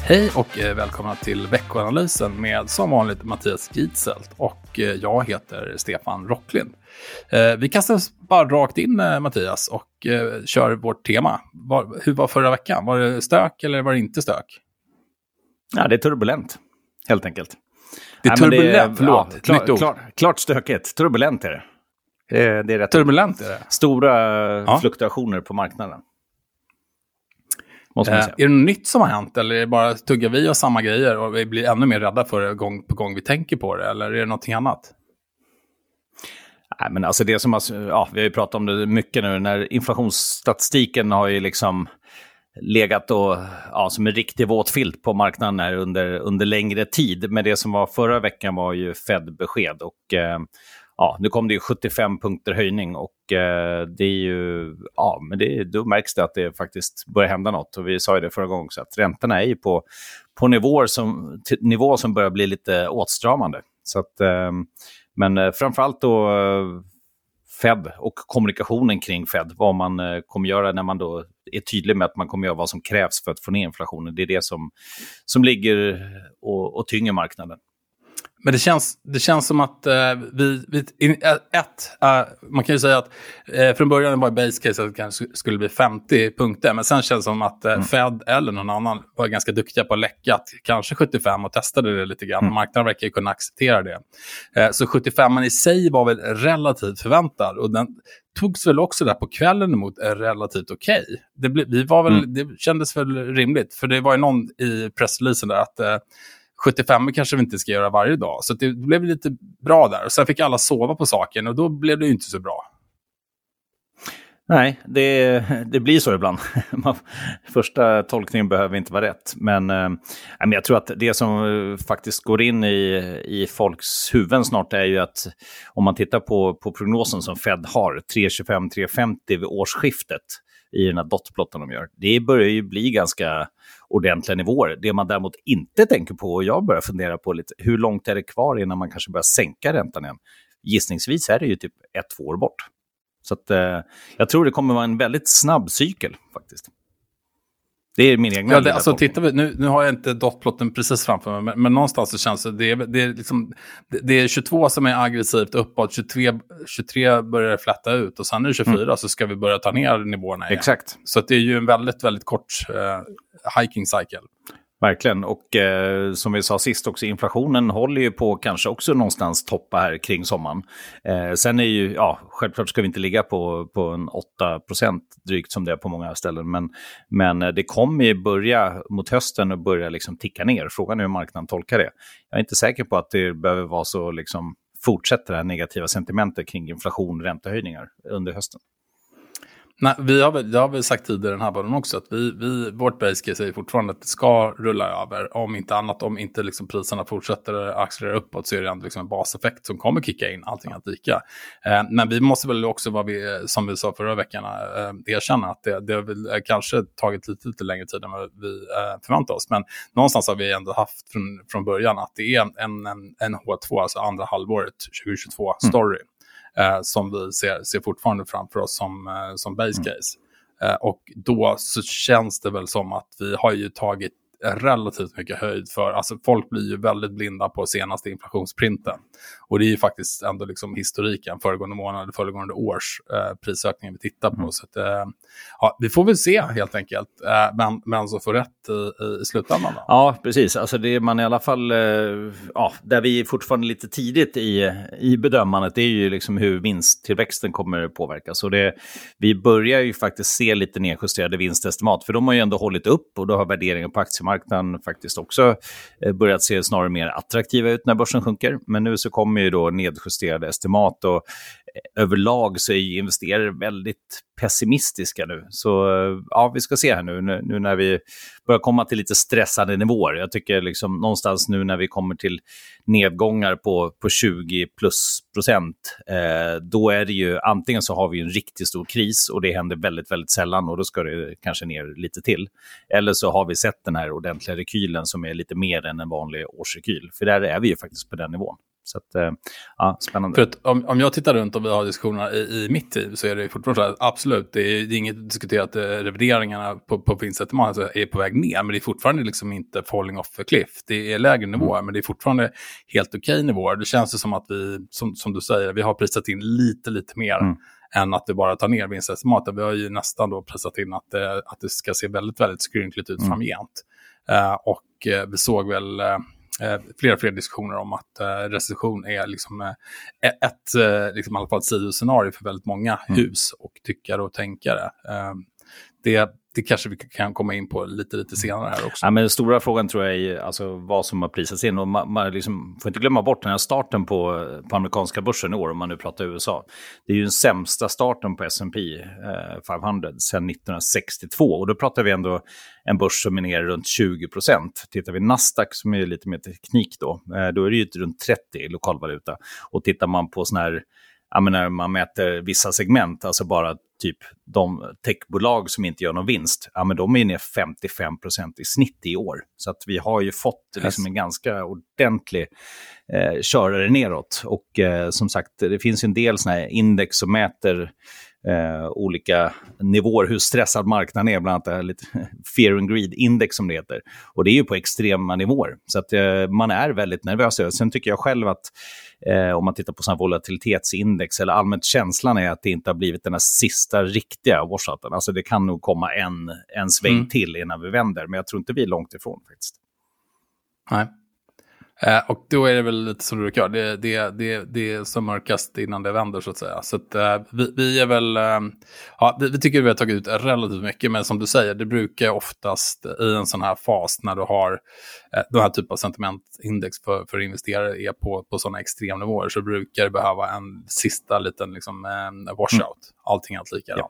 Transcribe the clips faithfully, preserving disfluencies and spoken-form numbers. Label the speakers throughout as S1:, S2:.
S1: Hej och välkomna till veckoanalysen med som vanligt Mattias Gitzelt och jag heter Stefan Rocklin. Vi kastar oss bara rakt in, Mattias, och kör vårt tema. Hur var förra veckan? Var det stök eller var det inte stök?
S2: Ja, det är turbulent, helt enkelt.
S1: Det är
S2: Nej,
S1: turbulent,
S2: det är,
S1: förlåt.
S2: Ja, klar, klar, klart stökigt, turbulent är det. Det är, det är rätt
S1: turbulent är det.
S2: Stora
S1: ja.
S2: fluktuationer på marknaden.
S1: Eh, är det något nytt som har hänt eller är det bara tuggar vi och samma grejer och vi blir ännu mer rädda för det gång på gång vi tänker på det, eller är det någonting annat?
S2: Nej, men alltså det som har, ja, vi har ju pratat om det mycket nu, när inflationsstatistiken har ju liksom legat och, ja, som en riktig våt filt på marknaden här under, under längre tid. Men det som var förra veckan var ju Fed-besked och eh, ja, nu kom det ju sjuttiofem punkter höjning och eh, det är ju, ja, men det, då märks det att det faktiskt börjar hända något. Och vi sa ju det förra gången så att räntorna är ju på, på nivåer som, t- nivå som börjar bli lite åtstramande. Så att, eh, men eh, framförallt då eh, Fed och kommunikationen kring Fed, vad man eh, kommer göra när man då är tydlig med att man kommer göra vad som krävs för att få ner inflationen. Det är det som, som ligger och, och tynger marknaden.
S1: Men det känns, det känns som att eh, vi, vi in, ett, eh, man kan ju säga att eh, från början var det base case att det kanske skulle bli femtio punkter, men sen känns det som att eh, mm. Fed eller någon annan var ganska duktiga på att läcka att kanske sjuttiofem och testade det lite grann. Mm. Marknaden verkar ju kunna acceptera det. Eh, så sjuttiofem i sig var väl relativt förväntad och den togs väl också där på kvällen emot är relativt okej. Okay. Det, ble, vi var väl, mm. det kändes väl rimligt, för det var ju någon i pressreleasen där att eh, sjuttiofem kanske vi inte ska göra varje dag. Så det blev lite bra där. Och sen fick alla sova på saken och då blev det ju inte så bra.
S2: Nej, det, det blir så ibland. Första tolkningen behöver inte vara rätt. Men, äh, men jag tror att det som faktiskt går in i, i folks huvuden snart är ju att om man tittar på, på prognosen som Fed har, tre tjugofem till tre femtio vid årsskiftet i den här dotplotten de gör. Det börjar ju bli ganska ordentliga nivåer. Det man däremot inte tänker på, och jag börjar fundera på lite, hur långt är det kvar innan man kanske börjar sänka räntan igen? Gissningsvis är det ju typ ett, två år bort. Så att, eh, jag tror det kommer vara en väldigt snabb cykel faktiskt. Det är min egna.
S1: Ja, det, alltså, tittar vi, nu, nu har jag inte dotplotten precis framför mig, men, men någonstans så känns det, det, är, det, är liksom, det, det är tjugotvå som är aggressivt uppåt, tjugotre, tjugotre börjar flätta ut och sen är det tjugofyra mm. så ska vi börja ta ner nivåerna igen.
S2: Exakt.
S1: Så att det är ju en väldigt, väldigt kort uh, hiking cycle.
S2: Verkligen, och eh, som vi sa sist också, inflationen håller ju på kanske också någonstans toppa här kring sommaren. Eh, sen är ju, ja, självklart ska vi inte ligga på, på en åtta procent drygt som det är på många ställen, men, men det kommer ju börja mot hösten och börja liksom ticka ner. Frågan är hur marknaden tolkar det. Jag är inte säker på att det behöver vara så liksom fortsätter det här negativa sentimentet kring inflation och räntehöjningar under hösten.
S1: Nej, vi har väl, det har väl sagt tidigare den här banan också att vi, vi, vårt base case är fortfarande att det ska rulla över, om inte annat, om inte liksom priserna fortsätter accelerera uppåt så är det ändå liksom en baseffekt som kommer kicka in allting att lika. Eh, men vi måste väl också, vad vi, som vi sa förra veckan, eh, erkänna att det, det har väl kanske tagit lite, lite längre tid än vad vi eh, förväntar oss, men någonstans har vi ändå haft från, från början att det är en, en, en H två, alltså andra halvåret tjugohundratjugotvå story. Mm. Eh, som vi ser, ser fortfarande framför oss som, eh, som base case. Mm. Eh, och då så känns det väl som att vi har ju tagit relativt mycket höjd för, alltså folk blir ju väldigt blinda på senaste inflationsprinten. Och det är ju faktiskt ändå liksom historiken, föregående månad, föregående års eh, prisökning vi tittar på. Mm. Så att, eh, ja, vi får väl se helt enkelt, eh, men, men så får rätt i, i slutändan då.
S2: Ja, precis. Alltså det är man i alla fall, eh, ja, där vi är fortfarande lite tidigt i, i bedömandet, det är ju liksom hur vinsttillväxten kommer påverkas. Och det, vi börjar ju faktiskt se lite nedjusterade vinstestimat, för de har ju ändå hållit upp och då har värderingen på aktiemarknaden faktiskt också eh, börjat se snarare mer attraktiva ut när börsen sjunker. Men nu så kommer ju då nedjusterade estimat och eh, överlag så är ju investerare väldigt pessimistiska nu. Så eh, ja, vi ska se här nu, nu, nu när vi börjar komma till lite stressade nivåer. Jag tycker liksom någonstans nu när vi kommer till nedgångar på, på tjugo plus procent, eh, då är det ju antingen så har vi en riktigt stor kris och det händer väldigt, väldigt sällan och då ska det kanske ner lite till. Eller så har vi sett den här ordentliga rekylen som är lite mer än en vanlig årsrekyl. För där är vi ju faktiskt på den nivån. Så att, eh, ja, spännande.
S1: För att om, om jag tittar runt och vi har diskussioner i, i mitt team så är det fortfarande så här, absolut, det är, det är inget diskuterat, eh, revideringarna på, på vinstestimat alltså, är på väg ner, men det är fortfarande liksom inte falling off a cliff. Det är lägre nivåer, mm. men det är fortfarande helt okej nivåer. Det känns ju som att vi, som, som du säger, vi har prisat in lite, lite mer mm. än att det bara tar ner vinstestimatet. Vi har ju nästan då prisat in att, eh, att det ska se väldigt, väldigt skrynkligt ut mm. framgent. Uh, och uh, vi såg väl uh, flera och flera diskussioner om att uh, recession är liksom uh, ett, uh, liksom i alla fall ett sidoscenario för väldigt många mm. hus och tyckare och tänkare. Uh, det, det kanske vi kan komma in på lite, lite senare här också.
S2: Ja, men den stora frågan tror jag är alltså, vad som har prisats in. Och man, man liksom, får inte glömma bort den här starten på, på amerikanska börsen i år, om man nu pratar U S A. Det är ju den sämsta starten på S and P eh, femhundra sedan nittonhundrasextiotvå. Och då pratar vi ändå en börs som är ner runt tjugo procent. Tittar vi Nasdaq som är lite mer teknik då, eh, då är det ju runt trettio i lokalvaluta. Och tittar man på sån här, ja, men när man mäter vissa segment, alltså bara typ de techbolag som inte gör någon vinst, ja, men de är ner femtiofem procent i snitt i år. Så att vi har ju fått liksom en ganska ordentlig eh, körare neråt. Och eh, som sagt, det finns en del såna här index som mäter eh, olika nivåer, hur stressad marknaden är, bland annat det här lite fear and greed index som det heter. Och det är ju på extrema nivåer. Så att eh, man är väldigt nervös. Sen tycker jag själv att Eh, om man tittar på sådana volatilitetsindex eller allmänt känslan är att det inte har blivit den här sista riktiga washouten. Alltså det kan nog komma en, en sväng mm. till innan vi vänder, men jag tror inte vi är långt ifrån faktiskt.
S1: Nej. Eh, och då är det väl lite som du brukar, det, det, det, det är som mörkast innan det vänder så att säga. Så att, eh, vi, vi är väl, eh, ja, vi, vi tycker vi har tagit ut relativt mycket, men som du säger, det brukar oftast i en sån här fas när du har eh, den här typen av sentimentindex för, för investerare är på, på sådana extremnivåer, så brukar det behöva en sista liten liksom, eh, washout. Mm. Allting är allt lika. Ja.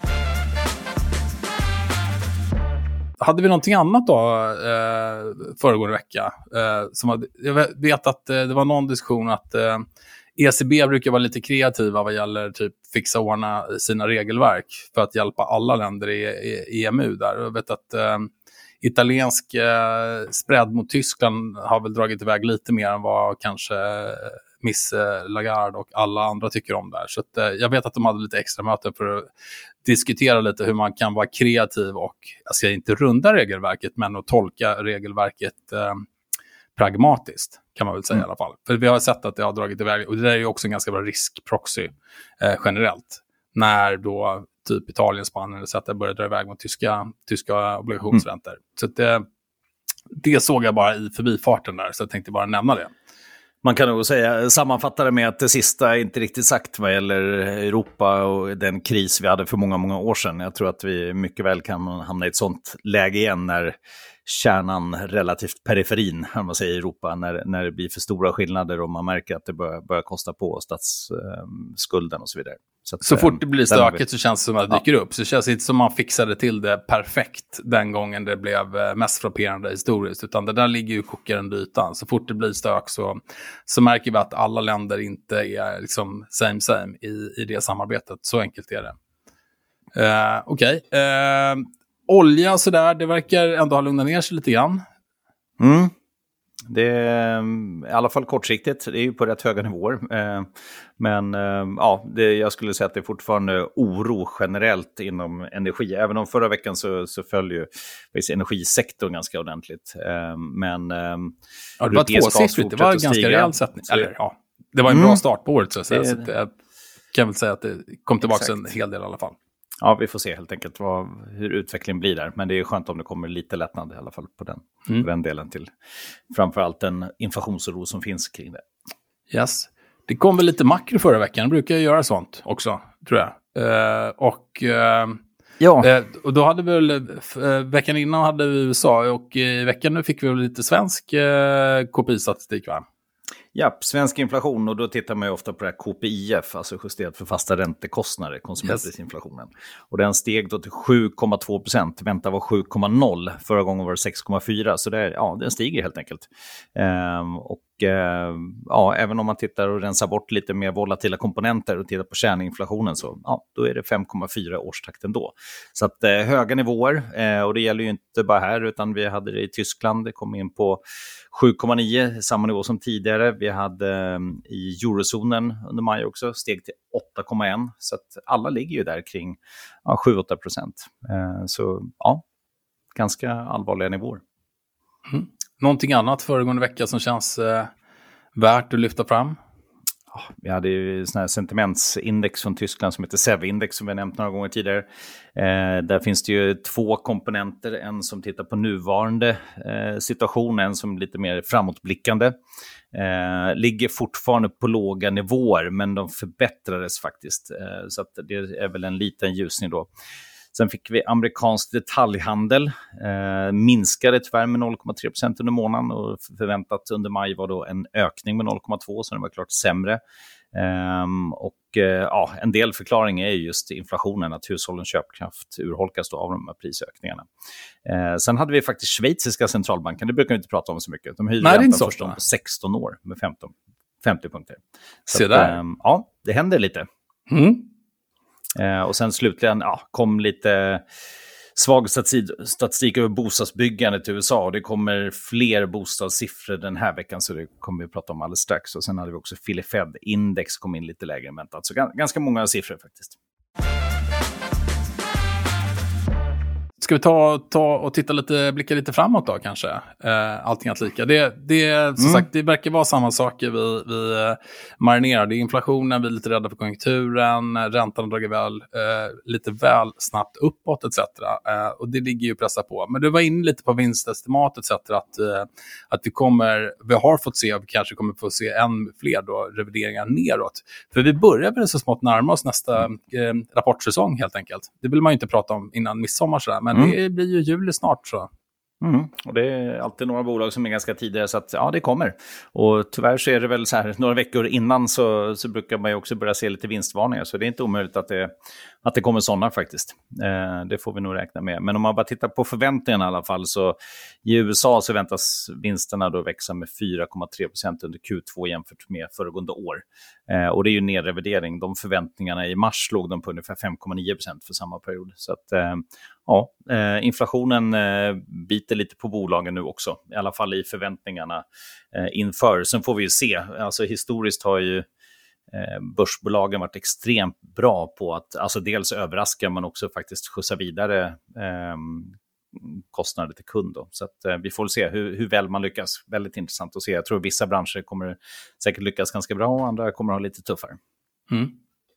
S1: Hade vi någonting annat då eh, föregående vecka? Eh, som hade, jag vet att eh, det var någon diskussion att eh, E C B brukar vara lite kreativa vad gäller typ fixa ordna sina regelverk för att hjälpa alla länder i, i E M U där. Jag vet att eh, italiensk eh, spread mot Tyskland har väl dragit iväg lite mer än vad kanske Miss Lagarde och alla andra tycker om där. Så att, eh, jag vet att de hade lite extra möten för att diskutera lite hur man kan vara kreativ och, jag ska inte runda regelverket, men att tolka regelverket eh, pragmatiskt kan man väl säga mm. i alla fall. För vi har sett att det har dragit iväg, och det där är ju också en ganska bra riskproxy eh, generellt. När då typ Italien, Spanien så att det börjar dra iväg mot tyska, tyska obligationsräntor. Mm. Så att det, det såg jag bara i förbifarten där, så jag tänkte bara nämna det.
S2: Man kan nog säga, sammanfatta det med att det sista är inte riktigt sagt vad gäller Europa och den kris vi hade för många, många år sedan. Jag tror att vi mycket väl kan hamna i ett sånt läge igen när kärnan relativt periferin, om man säger i Europa, när, när det blir för stora skillnader och man märker att det börjar, börjar kosta på statsskulden och så vidare. Så, att,
S1: så fort det blir stökigt så känns det som att det dyker ja. upp. Så det känns inte som man fixade till det perfekt den gången det blev mest frapperande historiskt. Utan det där ligger ju kokar under ytan. Så fort det blir stök så, så märker vi att alla länder inte är liksom same same i, i det samarbetet. Så enkelt är det. Uh, Okej. Okay. Uh, olja sådär, det verkar ändå ha lugnat ner sig lite grann.
S2: Mm. Det är i alla fall kortsiktigt, det är ju på rätt höga nivåer. Men ja, det, jag skulle säga att det är fortfarande oro generellt inom energi. Även om förra veckan så, så följer ju energisektorn ganska ordentligt. Men
S1: ja, det var tvåsiffrigt, det var en ganska rejäl sättning. Eller, ja, det var en mm. bra start på året så att säga. Det, så att jag kan väl säga att det kom tillbaka exakt. En hel del i alla fall.
S2: Ja, vi får se helt enkelt vad, hur utvecklingen blir där. Men det är skönt om det kommer lite lättnad i alla fall på den, mm. på den delen till framförallt den inflationsoro som finns kring det.
S1: Yes. Det kom väl lite makro förra veckan. Det brukar jag göra sånt också, tror jag. Uh, och, uh, ja. uh, och då hade vi väl, uh, veckan innan hade vi U S A och i uh, veckan nu fick vi väl lite svensk uh, K P I-statistik, va?
S2: Ja, svensk inflation, och då tittar man ju ofta på det här K P I F, alltså justerat för fasta räntekostnader, konsumentprisinflationen. Yes. Och den steg då till sju komma två procent, vänta var sju komma noll, förra gången var det sex komma fyra, så det, ja, den stiger helt enkelt. Ehm, och Och eh, ja, även om man tittar och rensar bort lite mer volatila komponenter och tittar på kärninflationen så ja, då är det fem komma fyra årstakten då. Så att eh, höga nivåer, eh, och det gäller ju inte bara här utan vi hade det i Tyskland, det kom in på sju komma nio, samma nivå som tidigare. Vi hade eh, i eurozonen under maj också steg till åtta komma ett, så att alla ligger ju där kring ja, sju till åtta procent. Eh, så ja, ganska allvarliga nivåer.
S1: Mm. Någonting annat föregående vecka som känns eh, värt att lyfta fram?
S2: Ja, vi hade ju sån här sentimentsindex från Tyskland som heter S E V-index som vi har nämnt några gånger tidigare. Eh, där finns det ju två komponenter, en som tittar på nuvarande eh, situation, en som är lite mer framåtblickande. Eh, ligger fortfarande på låga nivåer men de förbättrades faktiskt. Eh, så att det är väl en liten ljusning då. Sen fick vi amerikansk detaljhandel, eh, minskade tyvärr med noll komma tre procent under månaden och förväntat under maj var då en ökning med noll komma två, så det var klart sämre. Ehm, och eh, ja, en del förklaring är just inflationen, att hushållens köpkraft urholkas då av de här prisökningarna. Eh, sen hade vi faktiskt schweiziska centralbanken, det brukar vi inte prata om så mycket. De höjde räntan först på sexton år med femton, femtio punkter. Så
S1: Se
S2: att,
S1: där.
S2: Eh, ja, det händer lite.
S1: Mm.
S2: Eh, och sen slutligen ja, kom lite svag statistik, statistik över bostadsbyggandet i U S A. Och det kommer fler bostadssiffror den här veckan, så det kommer vi prata om alldeles strax. Och sen hade vi också Philly Fed-index kom in lite lägre än väntat. Så g- ganska många siffror faktiskt.
S1: Ska vi ta, ta och titta lite, blicka lite framåt då kanske? Eh, allting att lika. Det, det, som mm. sagt, det verkar vara samma saker vi, vi eh, marinerar. Det är inflationen, vi är lite rädda för konjunkturen, räntan drar väl eh, lite väl snabbt uppåt et cetera. Eh, och det ligger ju att pressa på. Men du var inne lite på vinstestimat et cetera. Att, eh, att vi kommer, vi har fått se, vi kanske kommer få se än fler då, revideringar neråt. För vi börjar väl så smått närma oss nästa eh, rapportsäsong helt enkelt. Det vill man ju inte prata om innan midsommar sådär, men Mm. det blir ju juli snart så.
S2: Mm. Och det är alltid några bolag som är ganska tidigare, så att ja, det kommer. Och tyvärr så är det väl så här, några veckor innan så, så brukar man ju också börja se lite vinstvarningar. Så det är inte omöjligt att det, att det kommer sådana faktiskt. Eh, det får vi nog räkna med. Men om man bara tittar på förväntningarna i alla fall, så i U S A så väntas vinsterna då växa med fyra komma tre procent under Q två jämfört med föregående år. Eh, och det är ju nedrevidering. De förväntningarna i mars låg de på ungefär fem komma nio procent för samma period. Så att eh, ja, eh, inflationen eh, biter lite på bolagen nu också. I alla fall i förväntningarna eh, inför. Sen får vi ju se. Alltså historiskt har ju eh, börsbolagen varit extremt bra på att alltså dels överraska men också faktiskt skjutsa vidare eh, kostnader till kund. Då. Så att, eh, vi får se hur, hur väl man lyckas. Väldigt intressant att se. Jag tror vissa branscher kommer säkert lyckas ganska bra och andra kommer ha lite tuffare.
S1: Mm.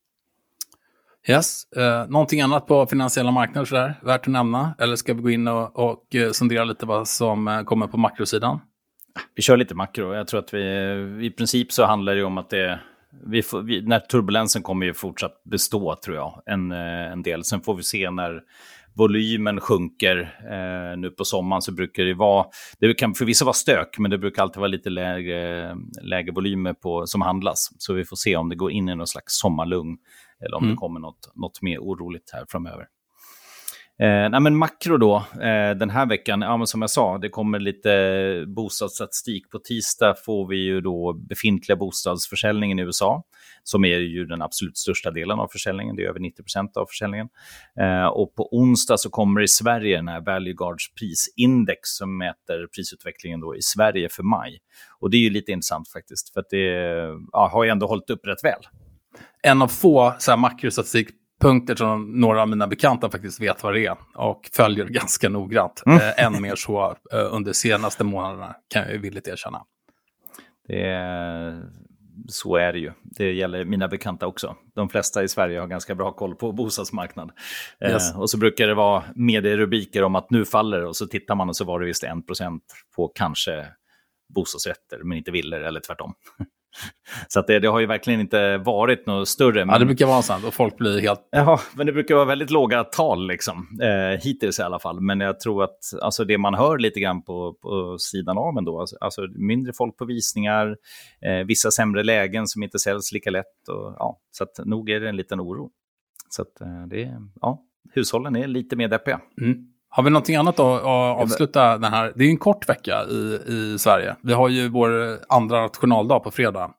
S1: Yes. Eh, någonting annat på finansiella marknader så där, värt att nämna? Eller ska vi gå in och, och eh, sondera lite vad som eh, kommer på makrosidan?
S2: Vi kör lite makro. Jag tror att vi i princip så handlar det om att det vi får, vi, när turbulensen kommer ju fortsatt bestå tror jag en, en del. Sen får vi se när volymen sjunker eh, nu på sommaren så brukar det vara, det kan förvisso vara stök men det brukar alltid vara lite lägre, lägre volymer på, som handlas. Så vi får se om det går in i någon slags sommarlugn eller om mm. det kommer något, något mer oroligt här framöver. Eh, nej men makro då, eh, den här veckan, ja men som jag sa, det kommer lite bostadsstatistik. På tisdag får vi ju då befintliga bostadsförsäljningen i U S A, som är ju den absolut största delen av försäljningen, det är över nittio procent av försäljningen. Eh, och på onsdag så kommer i Sverige den här Value Guards prisindex som mäter prisutvecklingen då i Sverige för maj. Och det är ju lite intressant faktiskt, för att det ja, har ju ändå hållit upp rätt väl.
S1: En av få så här makrostatistikpunkter som några av mina bekanta faktiskt vet vad det är och följer ganska noggrant. Mm. Eh, än mer så eh, under senaste månaderna kan jag ju villigt erkänna.
S2: Det är, så är det ju. Det gäller mina bekanta också. De flesta i Sverige har ganska bra koll på bostadsmarknad. Yes. Eh, och så brukar det vara medierubriker om att nu faller och så tittar man och så var det visst en procent på kanske bostadsrätter men inte villor eller tvärtom. Så att det, det har ju verkligen inte varit något större. Men...
S1: Ja, det brukar vara sant och folk blir helt...
S2: Ja, men det brukar vara väldigt låga tal liksom, eh, hittills i alla fall. Men jag tror att alltså, det man hör lite grann på, på sidan av ändå, alltså, alltså mindre folk på visningar, eh, vissa sämre lägen som inte säljs lika lätt. Och, ja, så att nog är det en liten oro. Så att eh, det, ja, hushållen är lite mer deppiga.
S1: Mm. Har vi någonting annat att avsluta den här? Det är ju en kort vecka i, i Sverige. Vi har ju vår andra nationaldag på fredag.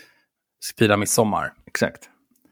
S1: Fira midsommar.
S2: Exakt.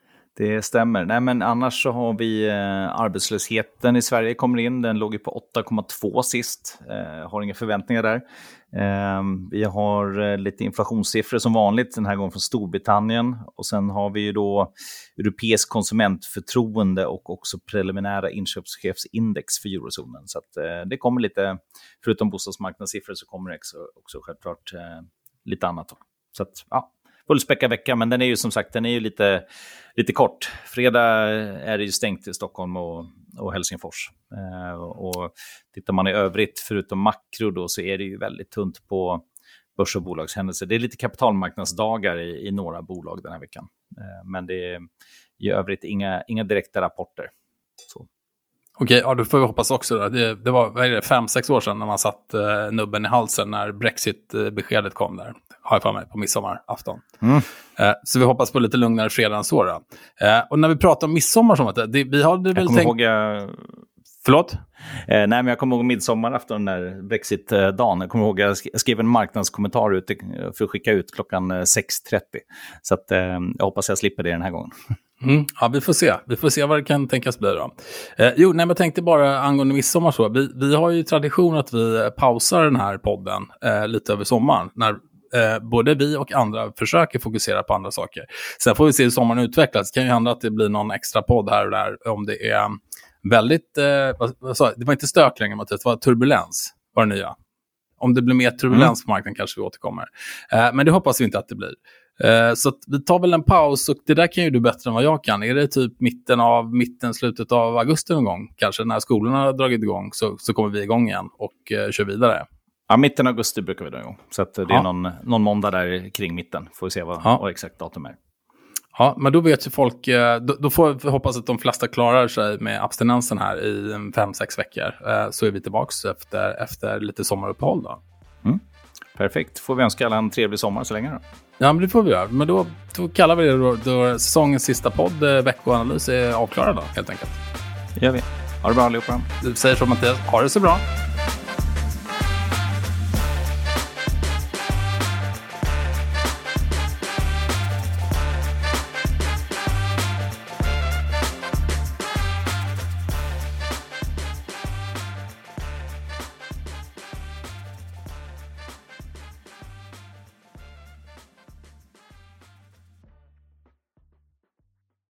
S2: Det stämmer. Nej, men annars så har vi eh, arbetslösheten i Sverige kommer in. Den låg ju på åtta komma två sist. Eh, har inga förväntningar där. Eh, vi har eh, lite inflationssiffror som vanligt. Den här gången från Storbritannien. Och sen har vi ju då europeisk konsumentförtroende och också preliminära inköpschefsindex för eurozonen. Så att, eh, det kommer lite, förutom bostadsmarknadssiffror så kommer det också, också självklart eh, lite annat. Så att, ja. Fullspäcka vecka, men den är ju som sagt den är ju lite, lite kort. Fredag är det ju stängt i Stockholm och, och Helsingfors. Eh, och tittar man i övrigt, förutom makro då, så är det ju väldigt tunt på börs- och bolagshändelser. Det är lite kapitalmarknadsdagar i, i några bolag den här veckan. Eh, men det är i övrigt inga, inga direkta rapporter. Så.
S1: Okej, ja, då får vi hoppas också då. Det, det var vad är det, fem, sex år sedan när man satt eh, nubben i halsen när Brexit-beskedet kom där. Har jag för mig, på midsommarafton. Mm. Eh, så vi hoppas på lite lugnare fredag än så då. Eh, och när vi pratar om midsommar som att det, vi hade väl
S2: jag
S1: tänkt...
S2: Ihåg, jag...
S1: Förlåt?
S2: Eh, nej, men jag kommer ihåg midsommarafton när Brexit-dagen. Jag kommer ihåg jag skrev en marknadskommentar ut för att skicka ut klockan sex trettio. Så att, eh, jag hoppas jag slipper det den här gången.
S1: Mm, ja, vi får se. Vi får se vad det kan tänkas bli då. Eh, jo, nej, men jag tänkte bara angående midsommar så. Vi, vi har ju tradition att vi pausar den här podden eh, lite över sommaren. När eh, både vi och andra försöker fokusera på andra saker. Sen får vi se hur sommaren utvecklas. Det kan ju hända att det blir någon extra podd här och där. Om det är väldigt, eh, vad, vad sa, det var inte stök längre, Mattias. Det var turbulens var det nya. Om det blir mer turbulens mm. på marknaden kanske vi återkommer. Eh, men det hoppas vi inte att det blir. Uh, så att vi tar väl en paus och det där kan ju du bättre än vad jag kan. Är det typ mitten av mitten, slutet av augusti någon gång? Kanske när skolorna har dragit igång så, så kommer vi igång igen och uh, kör vidare.
S2: Ja, mitten av augusti brukar vi dra igång. Så att det ja. är någon, någon måndag där kring mitten. Får vi se vad, ja. vad exakt datum är.
S1: Ja, men då vet ju folk, då, då får vi hoppas att de flesta klarar sig med abstinensen här i fem sex veckor. Uh, så är vi tillbaka efter, efter lite sommaruppehåll då.
S2: Mm. Perfekt. Får vi önska alla en trevlig sommar så länge då?
S1: Ja, men det får vi göra. Men då, då kallar vi det då, då säsongens sista podd, eh, veckoanalys, är avklarad då, helt enkelt.
S2: Det gör vi. Ha det bra allihopa.
S1: Du säger så, Mattias. Ha det så bra.